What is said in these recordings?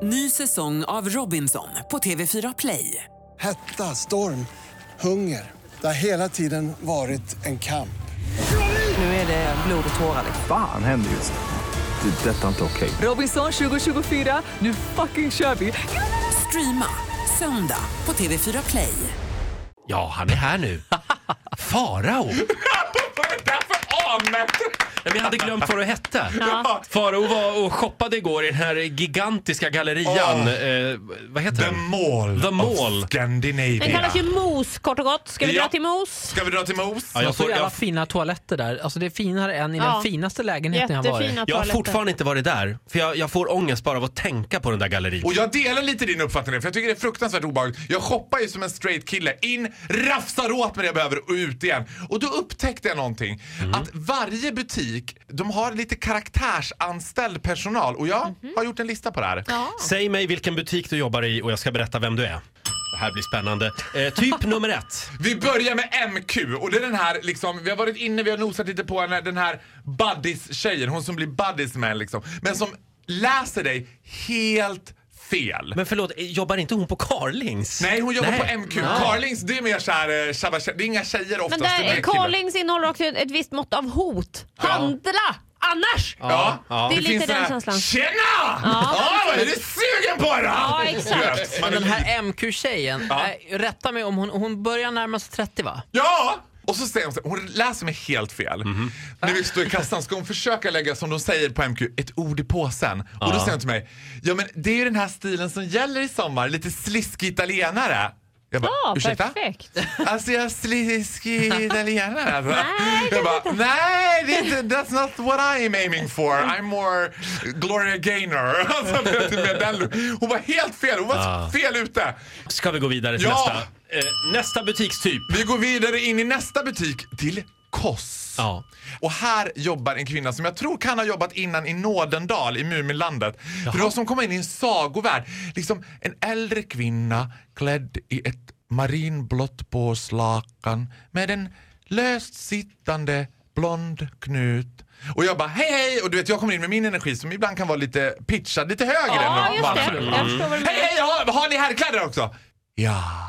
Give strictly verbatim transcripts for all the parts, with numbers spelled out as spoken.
Ny säsong av Robinson på T V fyra Play. Hetta, storm, hunger. Det har hela tiden varit en kamp. Nu är det blod och tårar. Fan händer just det. Det är detta inte okej. Robinson tjugo tjugofyra, nu fucking kör vi. Streama söndag på T V fyra Play. Ja, han är här nu. Farao. Men vi hade glömt vad det hette. Ja. Farao var och shoppade igår i den här gigantiska gallerian. Oh. Eh, vad heter The den? Mall, The Mall of Scandinavia. Den kallas ju Mos, kort och gott. Ska vi ja. dra till Mos? Ska vi dra till Mos? Ja, jag får ju alla jag... fina toaletter där. Alltså det är finare än i ja. den finaste lägenheten jag har varit. Jag har fortfarande inte varit där. För jag, jag får ångest bara av att tänka på den där gallerian. Och jag delar lite din uppfattning. För jag tycker det är fruktansvärt obehagligt. Jag shoppar ju som en straight kille. In, rafsar åt med det jag behöver och ut igen. Och då upptäckte jag någonting. Mm. Att varje butik, de har lite karaktärsanställd personal. Och jag mm-hmm. har gjort en lista på det här. Ja. Säg mig vilken butik du jobbar i och jag ska berätta vem du är. Det här blir spännande. Eh, typ nummer ett. Vi börjar med M Q. Och det är den här, liksom, vi har varit inne, vi har nosat lite på henne, den här buddies-tjejen. Hon som blir buddies med liksom. Men som läser dig helt fel. Men förlåt, jobbar inte hon på Carlings? Nej, hon jobbar Nej. på M Q. Ja. Carlings, det är mer såhär, uh, tjabba, tjabba, det är inga tjejer oftast. Men där, Carlings innehåller också ett visst mått av hot. Ja. Handla! Annars! Ja, ja. Det är det lite den här, känslan. Tjena! Ja, oh, är du sugen på det? Ja, exakt. Men den här M Q-tjejen, ja. äh, rätta mig om hon, hon börjar närma sig trettio, va? Ja! Och så säger hon, hon läser mig helt fel. Mm-hmm. När vi står i kassan ska hon försöka lägga, som de säger på M Q, ett ord i påsen. Ja. Och då säger hon till mig, ja men det är ju den här stilen som gäller i sommar, lite sliskig italienare. Jag bara, ja, ursäkta? Perfekt. Alltså jag är sliskig italienare. Alltså. Nej, jag bara, nej, det är inte, that's not what I'm aiming for. I'm more Gloria Gaynor. Alltså, hon var helt fel, hon var ja. fel ute. Ska vi gå vidare till ja. nästa? Eh, nästa butikstyp. Vi går vidare in i nästa butik till Koss. Ja. Och här jobbar en kvinna som jag tror kan ha jobbat innan i Nådendal i Muminlandet. För det var som kom in i en sagovärld. Liksom en äldre kvinna klädd i ett marinblått påslakan med en löst sittande blond knut. Och jag bara, hej hej! Och du vet, jag kommer in med min energi som ibland kan vara lite pitchad, lite högre ja, än just det. Mm. Jag förstår väl. Hej hej, har, har ni herrkläder också? Ja.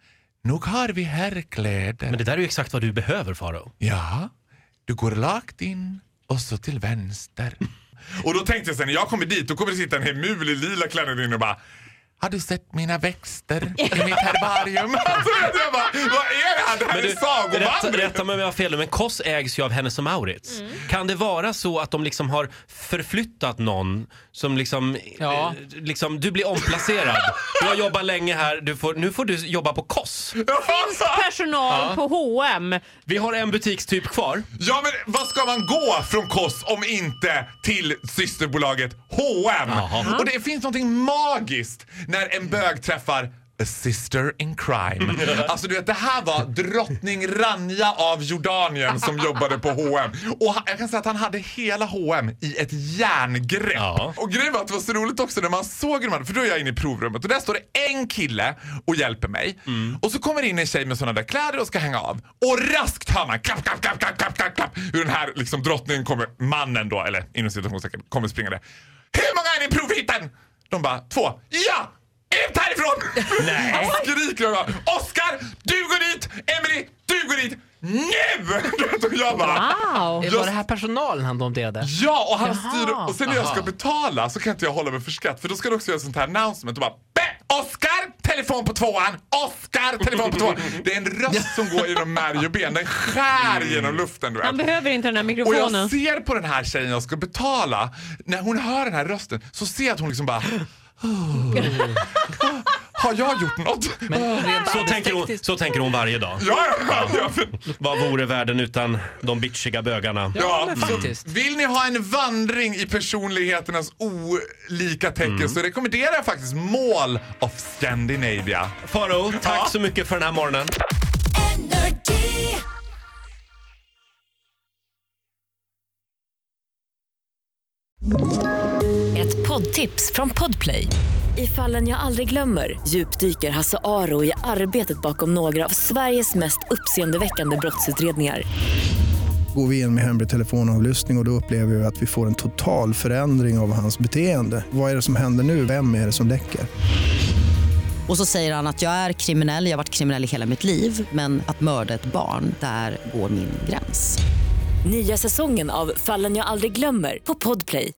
Nog har vi herrkläder. Men det där är ju exakt vad du behöver, Farao. Ja, du går lagt in och så till vänster. Och då tänkte jag sen, när jag kommer dit, då kommer det sitta en hemul i lila kläder in och bara, har du sett mina växter i mitt herbarium? Alltså, jag bara, vad är det här? Det här men är sagovandring. Rätta, rätta mig om jag har fel, men Koss ägs ju av Hennes och Mauritz. Mm. Kan det vara så att de liksom har förflyttat någon som liksom, ja. eh, liksom du blir omplacerad. Du har jobbat länge här, du får, nu får du jobba på Koss. Finns personal ja. på H och M. Vi har en butikstyp kvar. Ja, men vad ska man gå från Koss om inte till systerbolaget H och M? Aha. Och det finns någonting magiskt när en bög träffar a sister in crime. Alltså du vet, det här var drottning Ranja av Jordanien som jobbade på H och M. Och jag kan säga att han hade hela H och M i ett järngrepp. Ja. Och grejen var att det var så roligt också när man såg dem, för då är jag inne i provrummet och där står det en kille och hjälper mig. Mm. Och så kommer in en tjej med sådana där kläder och ska hänga av. Och raskt hör man klapp, klapp, klapp, klapp, klapp, klapp, klapp. Hur den här liksom drottningen kommer, mannen då, eller inom situationstecken, kommer springande. Hur många är ni i provhiten? De bara, två. Ja! Ut härifrån! Nej. Han skriker och bara, Oskar, du går dit! Emily, du går dit! Nu! Och jag bara, wow. Just... Var det här personalen han domderade? Ja, och han styr. Och sen när jag ska betala så kan inte jag hålla mig för skatt. För då ska det också göra sånt här announcement och bara, Oskar, telefon på tvåan! Oskar, telefon på tvåan! Det är en röst som går genom märg och ben. Den skär genom luften, du vet. Han behöver inte den här mikrofonen. Och jag ser på den här tjejen jag ska betala. När hon hör den här rösten så ser jag att hon liksom bara... Oh. Har jag gjort något? Men, så, tänker hon, så tänker hon varje dag. Ja, ja, ja. Vad vore världen utan de bitchiga bögarna? Ja, mm. Vill ni ha en vandring i personligheternas olika tecken mm. så rekommenderar jag faktiskt Mall of Scandinavia. Farao, tack ja. så mycket för den här morgonen. Ett poddtips från Podplay. I Fallen jag aldrig glömmer djupdyker Hasse Aro i arbetet bakom några av Sveriges mest uppseendeväckande brottsutredningar. Går vi in med hemlig telefonavlyssning och, och då upplever vi att vi får en total förändring av hans beteende. Vad är det som händer nu? Vem är det som läcker? Och så säger han att jag är kriminell, jag har varit kriminell i hela mitt liv. Men att mörda ett barn, där går min gräns. Nya säsongen av Fallen jag aldrig glömmer på Podplay.